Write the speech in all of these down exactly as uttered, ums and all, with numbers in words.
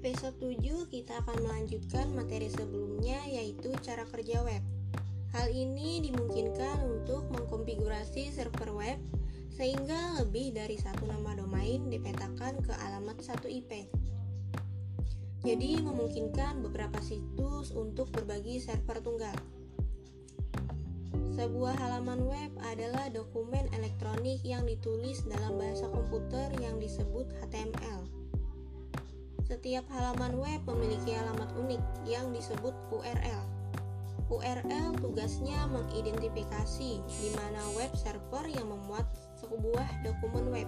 episode tujuh kita akan melanjutkan materi sebelumnya, yaitu cara kerja web. Hal ini dimungkinkan untuk mengkonfigurasi server web sehingga lebih dari satu nama domain dipetakan ke alamat satu I P. Jadi memungkinkan beberapa situs untuk berbagi server tunggal. Sebuah halaman web adalah dokumen elektronik yang ditulis dalam bahasa komputer yang disebut H T M L. Setiap halaman web memiliki alamat unik yang disebut U R L. U R L tugasnya mengidentifikasi di mana web server yang memuat sebuah dokumen web.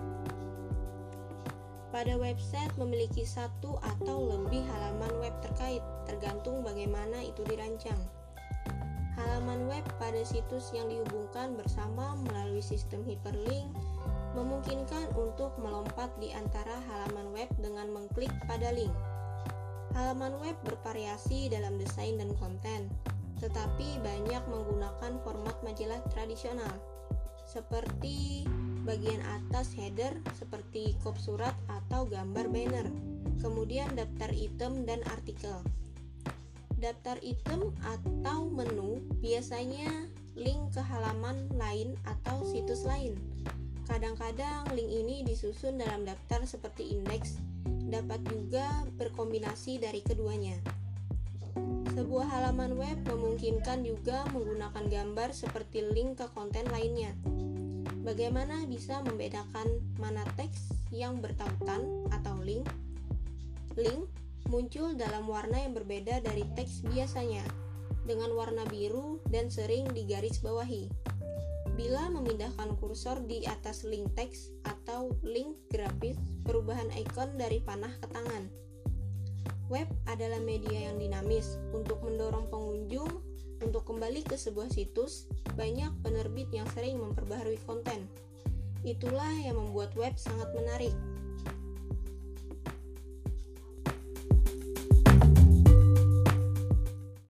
Pada website memiliki satu atau lebih halaman web terkait, tergantung bagaimana itu dirancang. Halaman web pada situs yang dihubungkan bersama melalui sistem hyperlink memungkinkan untuk melompat di antara halaman web dengan mengklik pada link. Halaman web bervariasi dalam desain dan konten, tetapi banyak menggunakan format majalah tradisional, seperti bagian atas header seperti kop surat atau gambar banner, kemudian daftar item dan artikel. Daftar item atau menu biasanya link ke halaman lain atau situs lain. Kadang-kadang link ini disusun dalam daftar seperti indeks, dapat juga berkombinasi dari keduanya. Sebuah halaman web memungkinkan juga menggunakan gambar seperti link ke konten lainnya. Bagaimana bisa membedakan mana teks yang bertautan atau link? Link muncul dalam warna yang berbeda dari teks biasanya, dengan warna biru dan sering digarisbawahi. Bila memindahkan kursor di atas link teks atau link grafis, perubahan ikon dari panah ke tangan. Web adalah media yang dinamis untuk mendorong pengunjung untuk kembali ke sebuah situs. Banyak penerbit yang sering memperbaharui konten. Itulah yang membuat web sangat menarik.